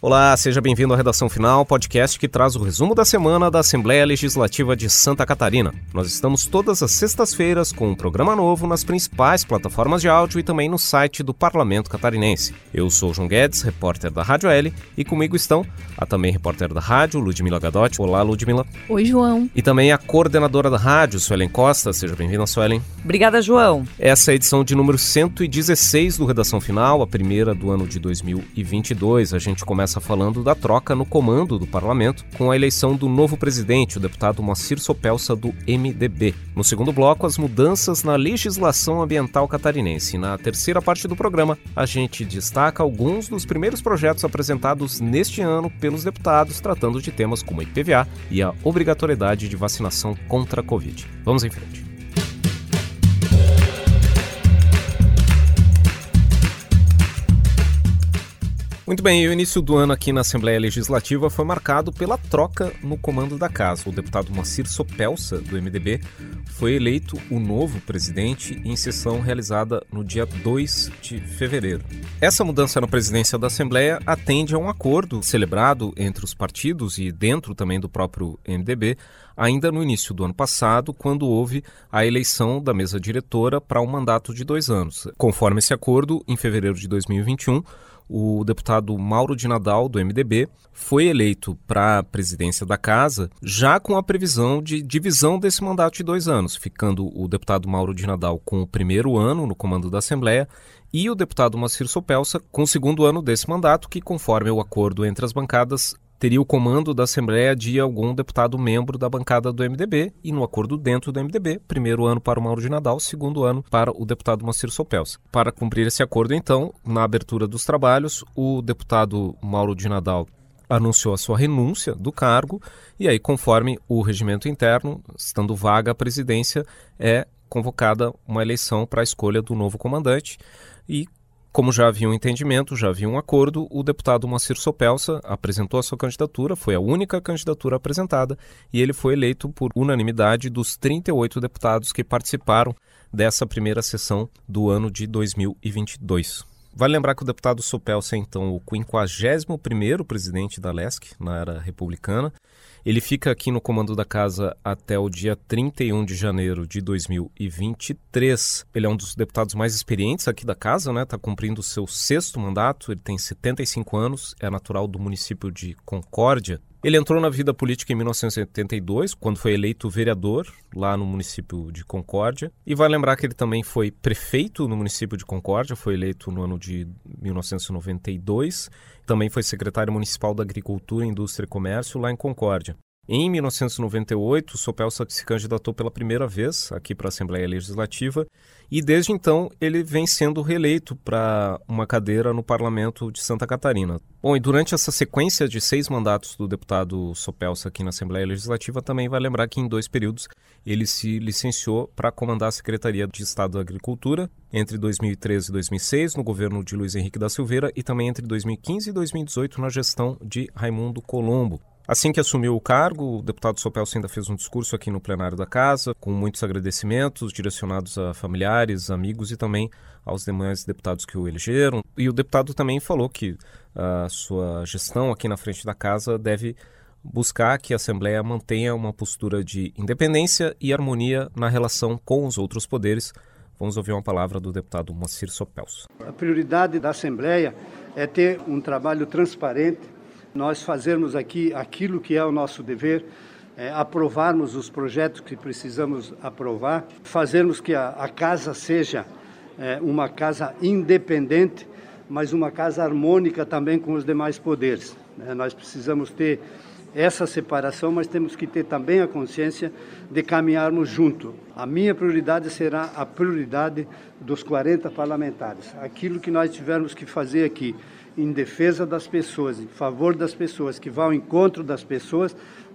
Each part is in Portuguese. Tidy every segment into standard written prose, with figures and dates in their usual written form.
Olá, seja bem-vindo à Redação Final, podcast que traz o resumo da semana da Assembleia Legislativa de Santa Catarina. Nós estamos todas as sextas-feiras com um programa novo nas principais plataformas de áudio e também no site do Parlamento Catarinense. Eu sou João Guedes, repórter da Rádio L, e comigo estão a também repórter da rádio, Ludmila Gadotti. Olá, Ludmila. Oi, João. E também a coordenadora da rádio, Suelen Costa. Seja bem-vinda, Suelen. Obrigada, João. Essa é a edição de número 116 do Redação Final, a primeira do ano de 2022. A gente começa falando da troca no comando do Parlamento com a eleição do novo presidente, o deputado Moacir Sopelsa, do MDB. No segundo bloco, as mudanças na legislação ambiental catarinense. Na terceira parte do programa, a gente destaca alguns dos primeiros projetos apresentados neste ano pelos deputados, tratando de temas como a IPVA e a obrigatoriedade de vacinação contra a Covid. Vamos em frente. Muito bem, e o início do ano aqui na Assembleia Legislativa foi marcado pela troca no comando da casa. O deputado Moacir Sopelsa, do MDB, foi eleito o novo presidente em sessão realizada no dia 2 de fevereiro. Essa mudança na presidência da Assembleia atende a um acordo celebrado entre os partidos e dentro também do próprio MDB, ainda no início do ano passado, quando houve a eleição da mesa diretora para um mandato de 2 anos. Conforme esse acordo, em fevereiro de 2021, o deputado Mauro de Nadal, do MDB, foi eleito para a presidência da casa, já com a previsão de divisão desse mandato de 2 anos, ficando o deputado Mauro de Nadal com o primeiro ano no comando da Assembleia e o deputado Moacir Sopelsa com o segundo ano desse mandato, que, conforme o acordo entre as bancadas, teria o comando da Assembleia de algum deputado membro da bancada do MDB e, no acordo dentro do MDB, primeiro ano para o Mauro de Nadal, segundo ano para o deputado Moacir Sopelsa. Para cumprir esse acordo, então, na abertura dos trabalhos, o deputado Mauro de Nadal anunciou a sua renúncia do cargo e aí, conforme o regimento interno, estando vaga a presidência, é convocada uma eleição para a escolha do novo comandante e, como já havia um entendimento, já havia um acordo, o deputado Moacir Sopelsa apresentou a sua candidatura, foi a única candidatura apresentada e ele foi eleito por unanimidade dos 38 deputados que participaram dessa primeira sessão do ano de 2022. Vale lembrar que o deputado Sopelsa é, então, o 51º presidente da LESC, na era republicana. Ele fica aqui no comando da casa até o dia 31 de janeiro de 2023. Ele é um dos deputados mais experientes aqui da casa, né? Está cumprindo o seu 6º mandato, ele tem 75 anos, é natural do município de Concórdia. Ele entrou na vida política em 1982, quando foi eleito vereador lá no município de Concórdia. E vai lembrar que ele também foi prefeito no município de Concórdia, foi eleito no ano de 1992. Também foi secretário municipal da Agricultura, Indústria e Comércio lá em Concórdia. Em 1998, Sopelsa se candidatou pela primeira vez aqui para a Assembleia Legislativa e desde então ele vem sendo reeleito para uma cadeira no Parlamento de Santa Catarina. Bom, e durante essa sequência de 6 mandatos do deputado Sopelsa aqui na Assembleia Legislativa, também vai lembrar que em 2 períodos ele se licenciou para comandar a Secretaria de Estado da Agricultura entre 2013 e 2006, no governo de Luiz Henrique da Silveira, e também entre 2015 e 2018 na gestão de Raimundo Colombo. Assim que assumiu o cargo, o deputado Sopelsa ainda fez um discurso aqui no plenário da casa, com muitos agradecimentos direcionados a familiares, amigos e também aos demais deputados que o elegeram. E o deputado também falou que a sua gestão aqui na frente da casa deve buscar que a Assembleia mantenha uma postura de independência e harmonia na relação com os outros poderes. Vamos ouvir uma palavra do deputado Moacir Sopelsa. A prioridade da Assembleia é ter um trabalho transparente, nós fazermos aqui aquilo que é o nosso dever, aprovarmos os projetos que precisamos aprovar, fazermos que a casa seja uma casa independente, mas uma casa harmônica também com os demais poderes. Nós precisamos ter essa separação, mas temos que ter também a consciência de caminharmos junto. A minha prioridade será a prioridade dos 40 parlamentares. Aquilo que nós tivermos que fazer aqui, em defesa das pessoas, em favor das pessoas, que vá ao encontro das pessoas,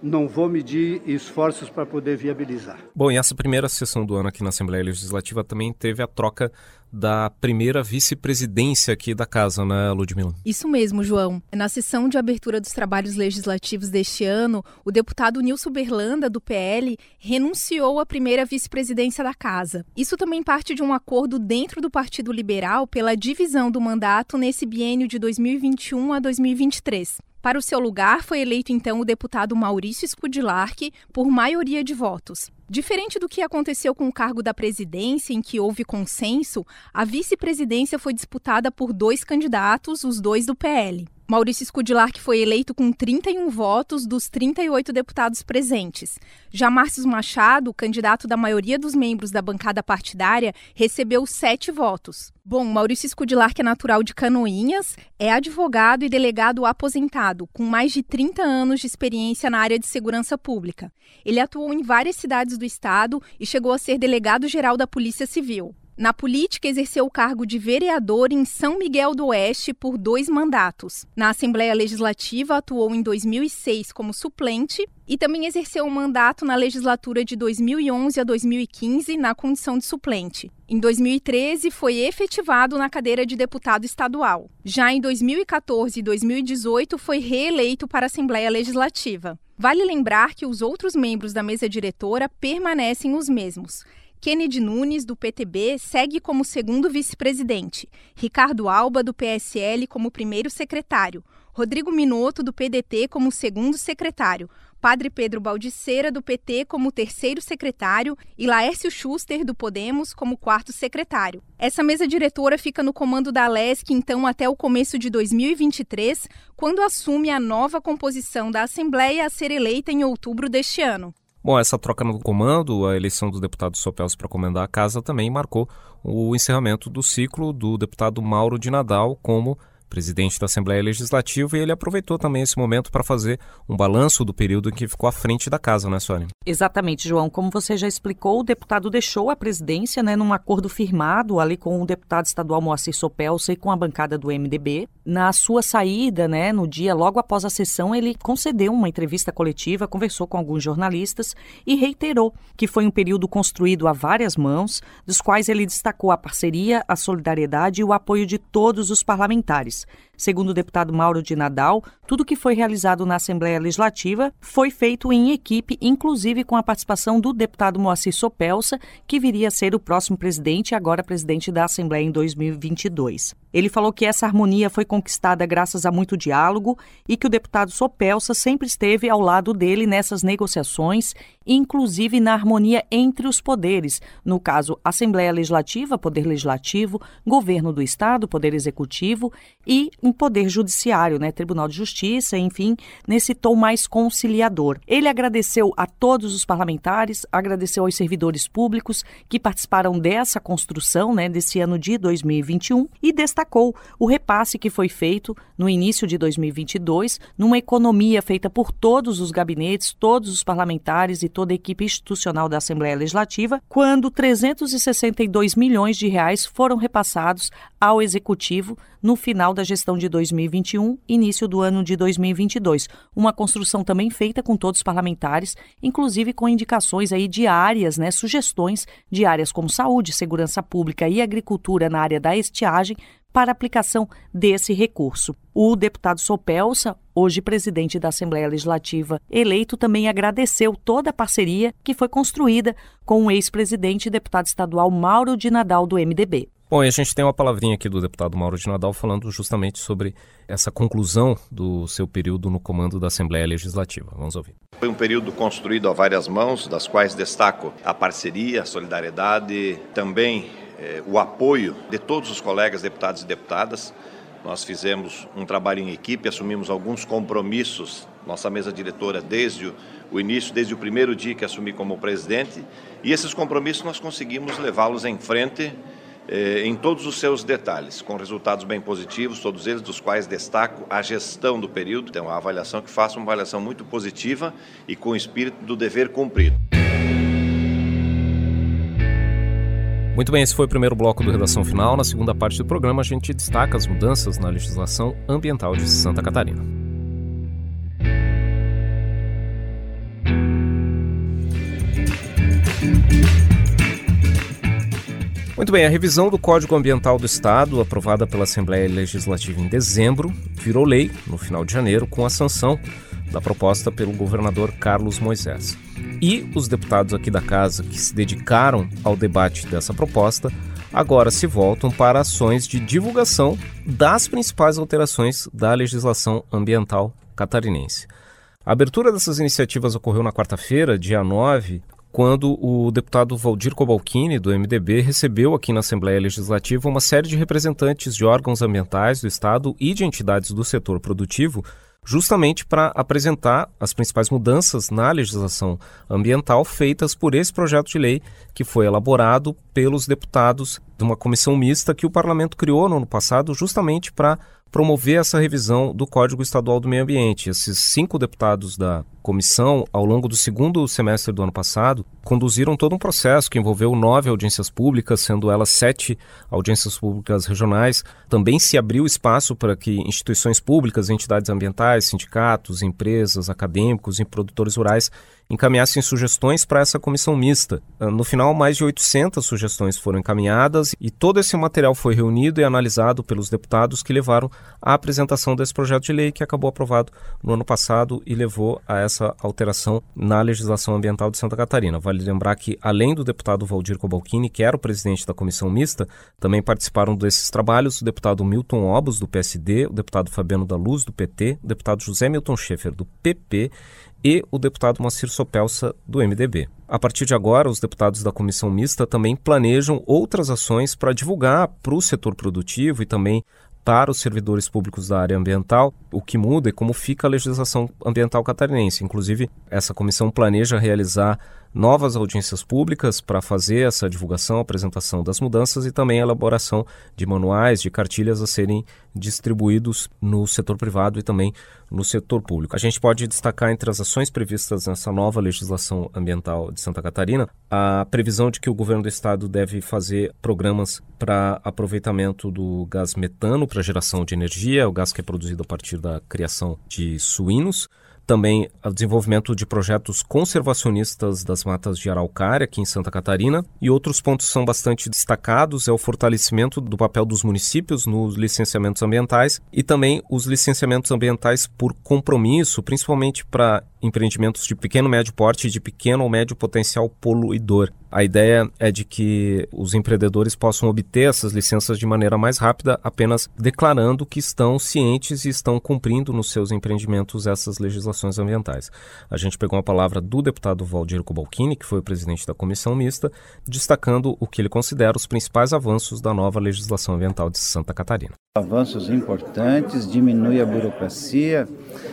não vou medir esforços para poder viabilizar. Bom, e essa primeira sessão do ano aqui na Assembleia Legislativa também teve a troca da primeira vice-presidência aqui da casa, né, Ludmila? Isso mesmo, João. Na sessão de abertura dos trabalhos legislativos deste ano, o deputado Nilson Berlanda, do PL, renunciou à primeira vice-presidência da casa. Isso também parte de um acordo dentro do Partido Liberal pela divisão do mandato nesse biênio de 2021 a 2023. Para o seu lugar, foi eleito então o deputado Maurício Skudlark por maioria de votos. Diferente do que aconteceu com o cargo da presidência, em que houve consenso, a vice-presidência foi disputada por 2 candidatos, os 2 do PL. Maurício Skudlark foi eleito com 31 votos dos 38 deputados presentes. Já Márcio Machado, candidato da maioria dos membros da bancada partidária, recebeu 7 votos. Bom, Maurício Skudlark é natural de Canoinhas, é advogado e delegado aposentado, com mais de 30 anos de experiência na área de segurança pública. Ele atuou em várias cidades do estado e chegou a ser delegado-geral da Polícia Civil. Na política, exerceu o cargo de vereador em São Miguel do Oeste por 2 mandatos. Na Assembleia Legislativa, atuou em 2006 como suplente e também exerceu um mandato na legislatura de 2011 a 2015 na condição de suplente. Em 2013, foi efetivado na cadeira de deputado estadual. Já em 2014 e 2018, foi reeleito para a Assembleia Legislativa. Vale lembrar que os outros membros da mesa diretora permanecem os mesmos. Kennedy Nunes, do PTB, segue como segundo vice-presidente. Ricardo Alba, do PSL, como primeiro secretário. Rodrigo Minotto, do PDT, como segundo secretário. Padre Pedro Baldiceira, do PT, como terceiro secretário. E Laércio Schuster, do Podemos, como quarto secretário. Essa mesa diretora fica no comando da Alesc, então, até o começo de 2023, quando assume a nova composição da Assembleia a ser eleita em outubro deste ano. Bom, essa troca no comando, a eleição do deputado Sopelsa para comandar a casa também marcou o encerramento do ciclo do deputado Mauro de Nadal como presidente da Assembleia Legislativa, e ele aproveitou também esse momento para fazer um balanço do período em que ficou à frente da casa, né, Sônia? Exatamente, João. Como você já explicou, o deputado deixou a presidência, num acordo firmado ali com o deputado estadual Moacir Sopelsa e com a bancada do MDB. Na sua saída, no dia logo após a sessão, ele concedeu uma entrevista coletiva, conversou com alguns jornalistas e reiterou que foi um período construído a várias mãos, dos quais ele destacou a parceria, a solidariedade e o apoio de todos os parlamentares. Segundo o deputado Mauro de Nadal, tudo que foi realizado na Assembleia Legislativa foi feito em equipe, inclusive com a participação do deputado Moacir Sopelsa, que viria a ser o próximo presidente e agora presidente da Assembleia em 2022. Ele falou que essa harmonia foi conquistada graças a muito diálogo e que o deputado Sopelsa sempre esteve ao lado dele nessas negociações, inclusive na harmonia entre os poderes, no caso, Assembleia Legislativa, Poder Legislativo, Governo do Estado, Poder Executivo e um Poder Judiciário, Tribunal de Justiça, enfim, nesse tom mais conciliador. Ele agradeceu a todos os parlamentares, agradeceu aos servidores públicos que participaram dessa construção, desse ano de 2021 e destacou o repasse que foi feito no início de 2022, numa economia feita por todos os gabinetes, todos os parlamentares e toda a equipe institucional da Assembleia Legislativa, quando 362 milhões de reais foram repassados ao Executivo no final da gestão de 2021, início do ano de 2022. Uma construção também feita com todos os parlamentares, inclusive com indicações aí de áreas, sugestões de áreas como saúde, segurança pública e agricultura na área da estiagem, para aplicação desse recurso. O deputado Sopelsa, hoje presidente da Assembleia Legislativa eleito, também agradeceu toda a parceria que foi construída com o ex-presidente e deputado estadual Mauro de Nadal, do MDB. Bom, e a gente tem uma palavrinha aqui do deputado Mauro de Nadal falando justamente sobre essa conclusão do seu período no comando da Assembleia Legislativa. Vamos ouvir. Foi um período construído a várias mãos, das quais destaco a parceria, a solidariedade, também o apoio de todos os colegas deputados e deputadas. Nós fizemos um trabalho em equipe, assumimos alguns compromissos, nossa mesa diretora desde o início, desde o primeiro dia que assumi como presidente, e esses compromissos nós conseguimos levá-los em frente em todos os seus detalhes, com resultados bem positivos, todos eles, dos quais destaco a gestão do período. Então, a avaliação que faço, uma avaliação muito positiva e com o espírito do dever cumprido. Muito bem, esse foi o primeiro bloco do Redação Final. Na segunda parte do programa, a gente destaca as mudanças na legislação ambiental de Santa Catarina. Muito bem, a revisão do Código Ambiental do Estado, aprovada pela Assembleia Legislativa em dezembro, virou lei no final de janeiro com a sanção da proposta pelo governador Carlos Moisés. E os deputados aqui da casa que se dedicaram ao debate dessa proposta agora se voltam para ações de divulgação das principais alterações da legislação ambiental catarinense. A abertura dessas iniciativas ocorreu na quarta-feira, dia 9, quando o deputado Valdir Cobalcini, do MDB, recebeu aqui na Assembleia Legislativa uma série de representantes de órgãos ambientais do Estado e de entidades do setor produtivo, justamente para apresentar as principais mudanças na legislação ambiental feitas por esse projeto de lei que foi elaborado pelos deputados de uma comissão mista que o Parlamento criou no ano passado justamente para promover essa revisão do Código Estadual do Meio Ambiente. Esses 5 deputados da comissão, ao longo do segundo semestre do ano passado, conduziram todo um processo que envolveu 9 audiências públicas, sendo elas 7 audiências públicas regionais. Também se abriu espaço para que instituições públicas, entidades ambientais, sindicatos, empresas, acadêmicos e produtores rurais encaminhassem sugestões para essa comissão mista. No final, mais de 800 sugestões foram encaminhadas e todo esse material foi reunido e analisado pelos deputados que levaram à apresentação desse projeto de lei que acabou aprovado no ano passado e levou a essa alteração na legislação ambiental de Santa Catarina. Vale lembrar que, além do deputado Valdir Cobalcini, que era o presidente da comissão mista, também participaram desses trabalhos o deputado Milton Obos, do PSD, o deputado Fabiano da Luz, do PT, o deputado José Milton Schaefer, do PP, e o deputado Moacir Sopelsa, do MDB. A partir de agora, os deputados da comissão mista também planejam outras ações para divulgar para o setor produtivo e também para os servidores públicos da área ambiental o que muda e como fica a legislação ambiental catarinense. Inclusive, essa comissão planeja realizar novas audiências públicas para fazer essa divulgação, apresentação das mudanças e também a elaboração de manuais, de cartilhas a serem distribuídos no setor privado e também no setor público. A gente pode destacar entre as ações previstas nessa nova legislação ambiental de Santa Catarina a previsão de que o governo do estado deve fazer programas para aproveitamento do gás metano para geração de energia, o gás que é produzido a partir da criação de suínos. Também o desenvolvimento de projetos conservacionistas das matas de araucária aqui em Santa Catarina. E outros pontos são bastante destacados, é o fortalecimento do papel dos municípios nos licenciamentos ambientais e também os licenciamentos ambientais por compromisso, principalmente para empreendimentos de pequeno, médio porte e de pequeno ou médio potencial poluidor. A ideia é de que os empreendedores possam obter essas licenças de maneira mais rápida, apenas declarando que estão cientes e estão cumprindo nos seus empreendimentos essas legislações ambientais. A gente pegou uma palavra do deputado Valdir Cobalcini, que foi o presidente da comissão mista, destacando o que ele considera os principais avanços da nova legislação ambiental de Santa Catarina. Avanços importantes, diminui a burocracia,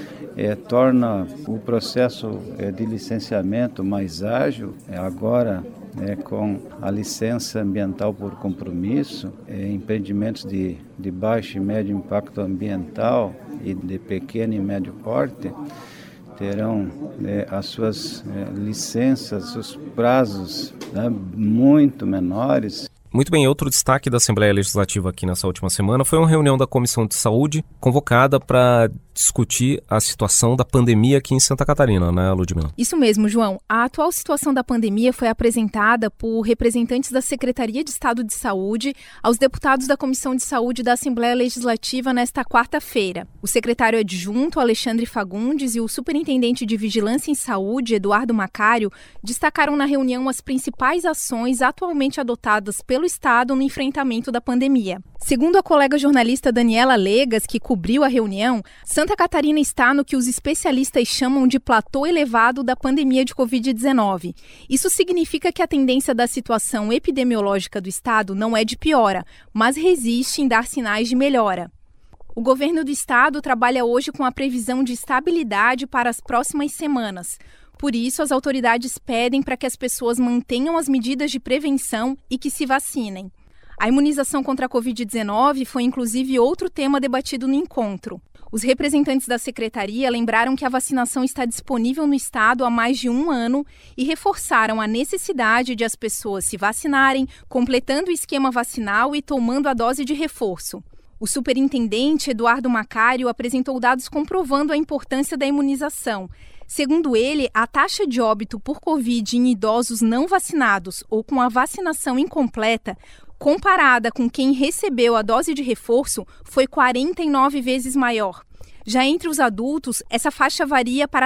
torna o processo de licenciamento mais ágil. Agora, com a licença ambiental por compromisso, empreendimentos de baixo e médio impacto ambiental e de pequeno e médio porte terão as suas licenças, os prazos muito menores. Muito bem, outro destaque da Assembleia Legislativa aqui nessa última semana foi uma reunião da Comissão de Saúde convocada para discutir a situação da pandemia aqui em Santa Catarina, né, Ludmila? Isso mesmo, João. A atual situação da pandemia foi apresentada por representantes da Secretaria de Estado de Saúde aos deputados da Comissão de Saúde da Assembleia Legislativa nesta quarta-feira. O secretário adjunto, Alexandre Fagundes, e o superintendente de Vigilância em Saúde, Eduardo Macário, destacaram na reunião as principais ações atualmente adotadas pelo Estado no enfrentamento da pandemia. Segundo a colega jornalista Daniela Legas, que cobriu a reunião, Santa Catarina está no que os especialistas chamam de platô elevado da pandemia de Covid-19. Isso significa que a tendência da situação epidemiológica do estado não é de piora, mas resiste em dar sinais de melhora. O governo do estado trabalha hoje com a previsão de estabilidade para as próximas semanas. Por isso, as autoridades pedem para que as pessoas mantenham as medidas de prevenção e que se vacinem. A imunização contra a Covid-19 foi, inclusive, outro tema debatido no encontro. Os representantes da secretaria lembraram que a vacinação está disponível no estado há mais de 1 ano e reforçaram a necessidade de as pessoas se vacinarem, completando o esquema vacinal e tomando a dose de reforço. O superintendente Eduardo Macário apresentou dados comprovando a importância da imunização. Segundo ele, a taxa de óbito por Covid em idosos não vacinados ou com a vacinação incompleta comparada com quem recebeu a dose de reforço, foi 49 vezes maior. Já entre os adultos, essa faixa varia para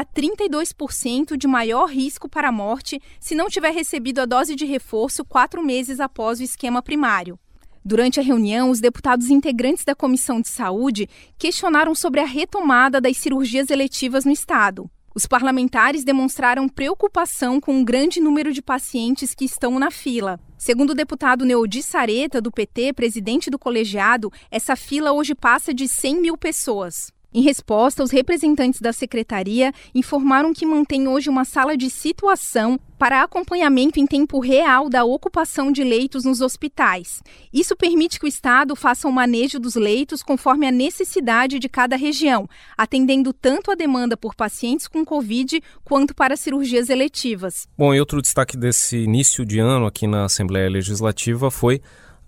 32% de maior risco para a morte se não tiver recebido a dose de reforço 4 meses após o esquema primário. Durante a reunião, os deputados integrantes da Comissão de Saúde questionaram sobre a retomada das cirurgias eletivas no estado. Os parlamentares demonstraram preocupação com o grande número de pacientes que estão na fila. Segundo o deputado Neudi Sareta, do PT, presidente do colegiado, essa fila hoje passa de 100 mil pessoas. Em resposta, os representantes da secretaria informaram que mantém hoje uma sala de situação para acompanhamento em tempo real da ocupação de leitos nos hospitais. Isso permite que o Estado faça o manejo dos leitos conforme a necessidade de cada região, atendendo tanto a demanda por pacientes com Covid quanto para cirurgias eletivas. Bom, e outro destaque desse início de ano aqui na Assembleia Legislativa foi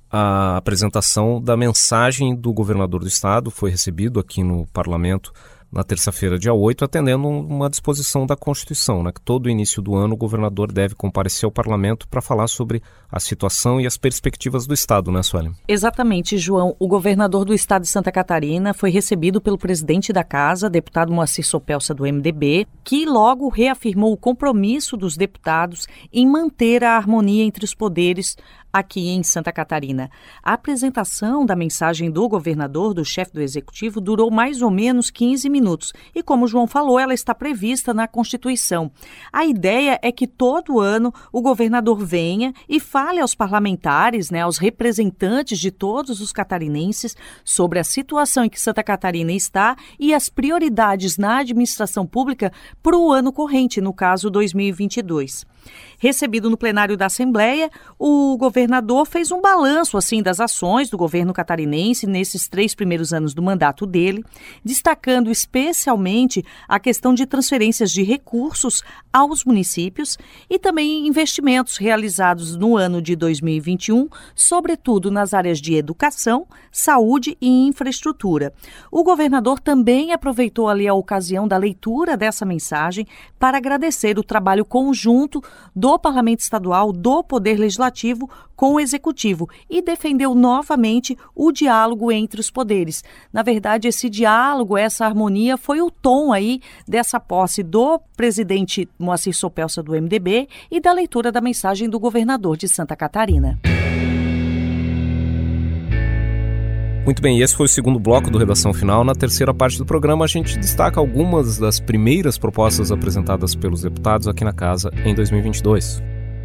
a apresentação da mensagem do governador do estado. Foi recebido aqui no parlamento na terça-feira, dia 8, atendendo uma disposição da Constituição, né, que todo início do ano o governador deve comparecer ao parlamento para falar sobre a situação e as perspectivas do estado, né, Sueli? Exatamente, João. O governador do estado de Santa Catarina foi recebido pelo presidente da casa, deputado Moacir Sopelsa, do MDB, que logo reafirmou o compromisso dos deputados em manter a harmonia entre os poderes aqui em Santa Catarina. A apresentação da mensagem do governador, do chefe do executivo, durou mais ou menos 15 minutos. E como o João falou, ela está prevista na Constituição. A ideia é que todo ano o governador venha e fale aos parlamentares, aos representantes de todos os catarinenses sobre a situação em que Santa Catarina está e as prioridades na administração pública para o ano corrente, no caso 2022. Recebido no plenário da Assembleia, o governador fez um balanço das ações do governo catarinense nesses 3 primeiros anos do mandato dele, destacando especialmente a questão de transferências de recursos aos municípios e também investimentos realizados no ano de 2021, sobretudo nas áreas de educação, saúde e infraestrutura. O governador também aproveitou ali a ocasião da leitura dessa mensagem para agradecer o trabalho conjunto do Parlamento Estadual, do Poder Legislativo com o Executivo e defendeu novamente o diálogo entre os poderes. Na verdade, esse diálogo, essa harmonia foi o tom aí dessa posse do presidente Moacir Sopelsa, do MDB, e da leitura da mensagem do governador de Santa Catarina. Muito bem, esse foi o segundo bloco do Redação Final. Na terceira parte do programa, a gente destaca algumas das primeiras propostas apresentadas pelos deputados aqui na Casa em 2022.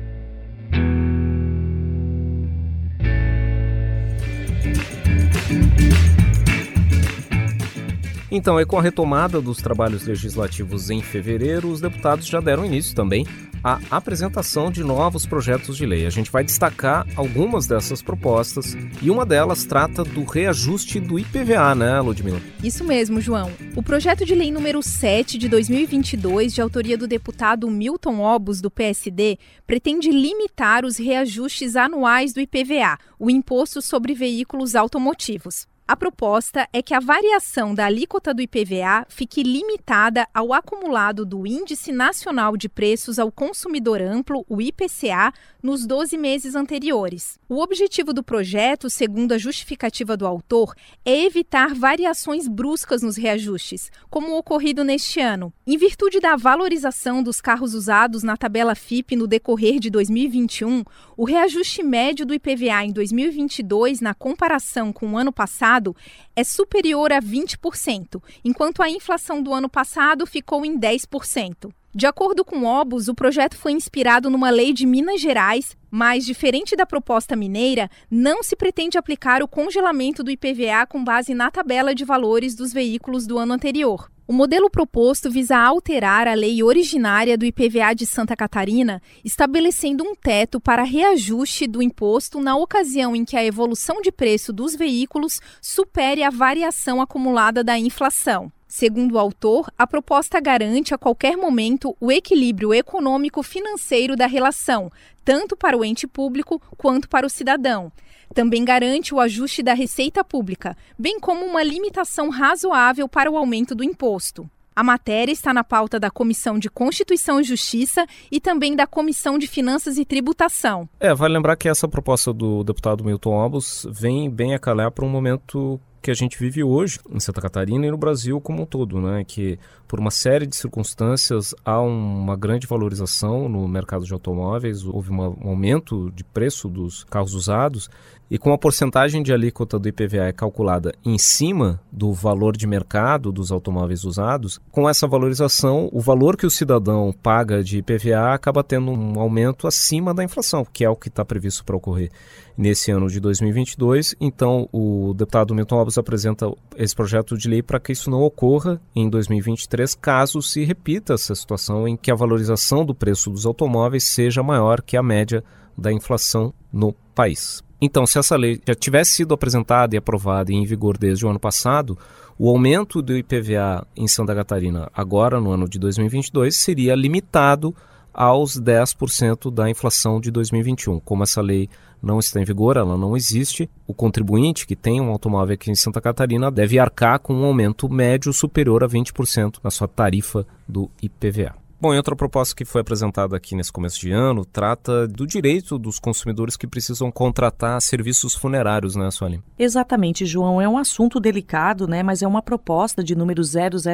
Então, com a retomada dos trabalhos legislativos em fevereiro, os deputados já deram início também à apresentação de novos projetos de lei. A gente vai destacar algumas dessas propostas e uma delas trata do reajuste do IPVA, né, Ludmila? Isso mesmo, João. O projeto de lei número 7 de 2022, de autoria do deputado Milton Obos, do PSD, pretende limitar os reajustes anuais do IPVA, o Imposto sobre Veículos Automotivos. A proposta é que a variação da alíquota do IPVA fique limitada ao acumulado do Índice Nacional de Preços ao Consumidor Amplo, o IPCA, nos 12 meses anteriores. O objetivo do projeto, segundo a justificativa do autor, é evitar variações bruscas nos reajustes, como o ocorrido neste ano. Em virtude da valorização dos carros usados na tabela FIPE no decorrer de 2021, o reajuste médio do IPVA em 2022, na comparação com o ano passado, é superior a 20%, enquanto a inflação do ano passado ficou em 10%. De acordo com Obos, o projeto foi inspirado numa lei de Minas Gerais, mas, diferente da proposta mineira, não se pretende aplicar o congelamento do IPVA com base na tabela de valores dos veículos do ano anterior. O modelo proposto visa alterar a lei originária do IPVA de Santa Catarina, estabelecendo um teto para reajuste do imposto na ocasião em que a evolução de preço dos veículos supere a variação acumulada da inflação. Segundo o autor, a proposta garante a qualquer momento o equilíbrio econômico-financeiro da relação, tanto para o ente público quanto para o cidadão. Também garante o ajuste da receita pública, bem como uma limitação razoável para o aumento do imposto. A matéria está na pauta da Comissão de Constituição e Justiça e também da Comissão de Finanças e Tributação. Vale lembrar que essa proposta do deputado Milton Obos vem bem a calhar para um momento que a gente vive hoje em Santa Catarina e no Brasil como um todo, né? Que por uma série de circunstâncias há uma grande valorização no mercado de automóveis, houve um aumento de preço dos carros usados e com a porcentagem de alíquota do IPVA calculada em cima do valor de mercado dos automóveis usados, com essa valorização, o valor que o cidadão paga de IPVA acaba tendo um aumento acima da inflação, que é o que está previsto para ocorrer nesse ano de 2022. Então, o deputado Milton Obos apresenta esse projeto de lei para que isso não ocorra em 2023, caso se repita essa situação em que a valorização do preço dos automóveis seja maior que a média da inflação no país. Então, se essa lei já tivesse sido apresentada e aprovada e em vigor desde o ano passado, o aumento do IPVA em Santa Catarina, agora no ano de 2022, seria limitado aos 10% da inflação de 2021. Como essa lei não está em vigor, ela não existe, o contribuinte que tem um automóvel aqui em Santa Catarina deve arcar com um aumento médio superior a 20% na sua tarifa do IPVA. Bom, e outra proposta que foi apresentada aqui nesse começo de ano trata do direito dos consumidores que precisam contratar serviços funerários, né, Sueli? Exatamente, João. É um assunto delicado, né, mas é uma proposta de número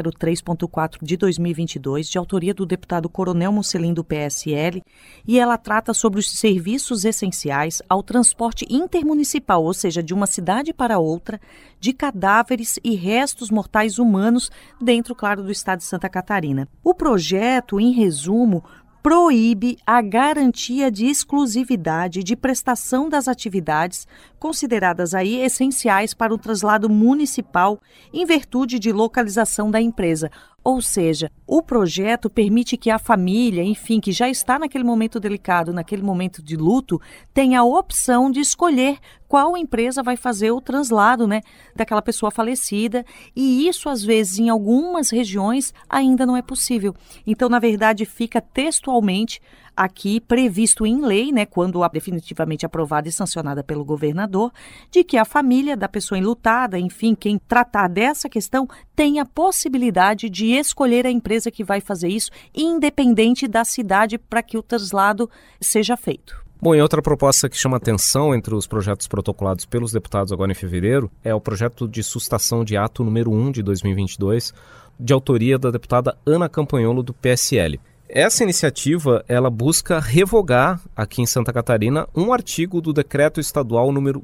003.4 de 2022, de autoria do deputado Coronel Musselin, do PSL, e ela trata sobre os serviços essenciais ao transporte intermunicipal, ou seja, de uma cidade para outra, de cadáveres e restos mortais humanos dentro, claro, do estado de Santa Catarina. O projeto, em resumo, proíbe a garantia de exclusividade de prestação das atividades consideradas aí essenciais para o traslado municipal em virtude de localização da empresa. Ou seja, o projeto permite que a família, enfim, que já está naquele momento delicado, naquele momento de luto, tenha a opção de escolher qual empresa vai fazer o translado, né, daquela pessoa falecida, e isso, às vezes, em algumas regiões, ainda não é possível. Então, na verdade, fica textualmente aqui previsto em lei, né, quando definitivamente aprovada e sancionada pelo governador, de que a família da pessoa enlutada, enfim, quem tratar dessa questão, tem a possibilidade de escolher a empresa que vai fazer isso, independente da cidade, para que o traslado seja feito. Bom, e outra proposta que chama atenção entre os projetos protocolados pelos deputados agora em fevereiro é o projeto de sustação de ato número 1 de 2022, de autoria da deputada Ana Campanholo, do PSL. Essa iniciativa, ela busca revogar, aqui em Santa Catarina, um artigo do decreto estadual número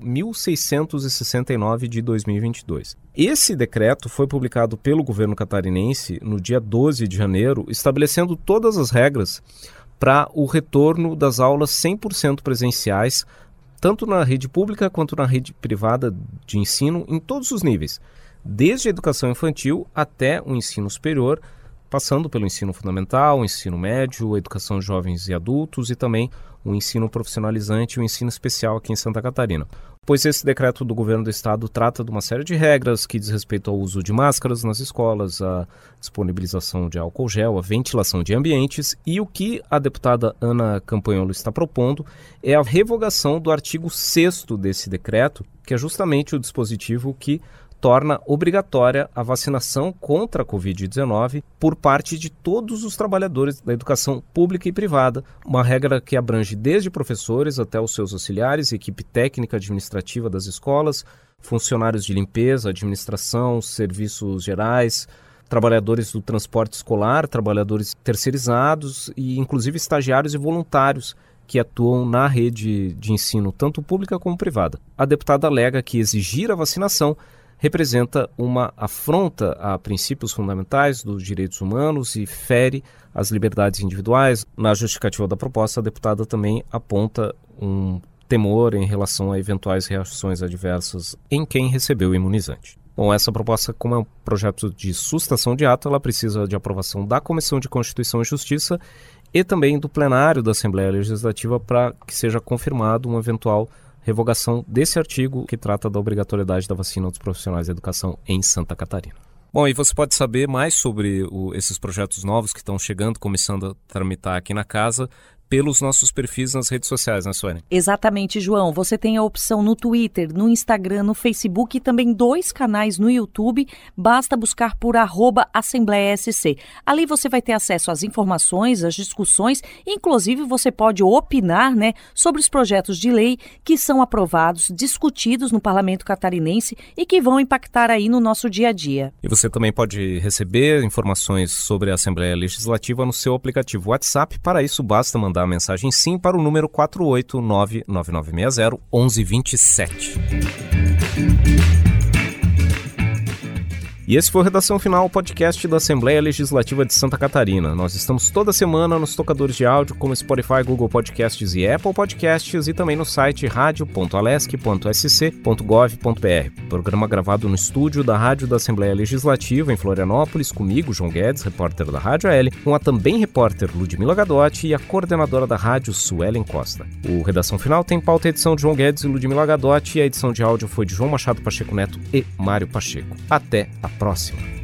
1669 de 2022. Esse decreto foi publicado pelo governo catarinense no dia 12 de janeiro, estabelecendo todas as regras para o retorno das aulas 100% presenciais, tanto na rede pública quanto na rede privada de ensino, em todos os níveis, desde a educação infantil até o ensino superior, passando pelo ensino fundamental, o ensino médio, a educação de jovens e adultos e também o ensino profissionalizante e o ensino especial aqui em Santa Catarina. Pois esse decreto do governo do estado trata de uma série de regras que diz respeito ao uso de máscaras nas escolas, a disponibilização de álcool gel, a ventilação de ambientes, e o que a deputada Ana Campanholo está propondo é a revogação do artigo 6º desse decreto, que é justamente o dispositivo que torna obrigatória a vacinação contra a Covid-19 por parte de todos os trabalhadores da educação pública e privada, uma regra que abrange desde professores até os seus auxiliares, equipe técnica administrativa das escolas, funcionários de limpeza, administração, serviços gerais, trabalhadores do transporte escolar, trabalhadores terceirizados e inclusive estagiários e voluntários que atuam na rede de ensino tanto pública como privada. A deputada alega que exigir a vacinação representa uma afronta a princípios fundamentais dos direitos humanos e fere as liberdades individuais. Na justificativa da proposta, a deputada também aponta um temor em relação a eventuais reações adversas em quem recebeu o imunizante. Bom, essa proposta, como é um projeto de sustação de ato, ela precisa de aprovação da Comissão de Constituição e Justiça e também do plenário da Assembleia Legislativa para que seja confirmado uma eventual revogação desse artigo que trata da obrigatoriedade da vacina dos profissionais da educação em Santa Catarina. Bom, e você pode saber mais sobre esses projetos novos que estão chegando, começando a tramitar aqui na casa, pelos nossos perfis nas redes sociais, né, Suelen? Exatamente, João. Você tem a opção no Twitter, no Instagram, no Facebook e também 2 canais no YouTube. Basta buscar por @AssembleiaSC. Ali você vai ter acesso às informações, às discussões, inclusive você pode opinar, né, sobre os projetos de lei que são aprovados, discutidos no Parlamento Catarinense e que vão impactar aí no nosso dia a dia. E você também pode receber informações sobre a Assembleia Legislativa no seu aplicativo WhatsApp. Para isso, basta mandar a mensagem sim para o número 48999601127. E esse foi o Redação Final, o podcast da Assembleia Legislativa de Santa Catarina. Nós estamos toda semana nos tocadores de áudio como Spotify, Google Podcasts e Apple Podcasts e também no site radio.alesc.sc.gov.br. Programa gravado no estúdio da Rádio da Assembleia Legislativa em Florianópolis, comigo, João Guedes, repórter da Rádio AL, com a também repórter Ludmila Gadotti e a coordenadora da rádio, Suelen Costa. O Redação Final tem pauta e edição de João Guedes e Ludmila Gadotti e a edição de áudio foi de João Machado Pacheco Neto e Mário Pacheco. Até a próxima.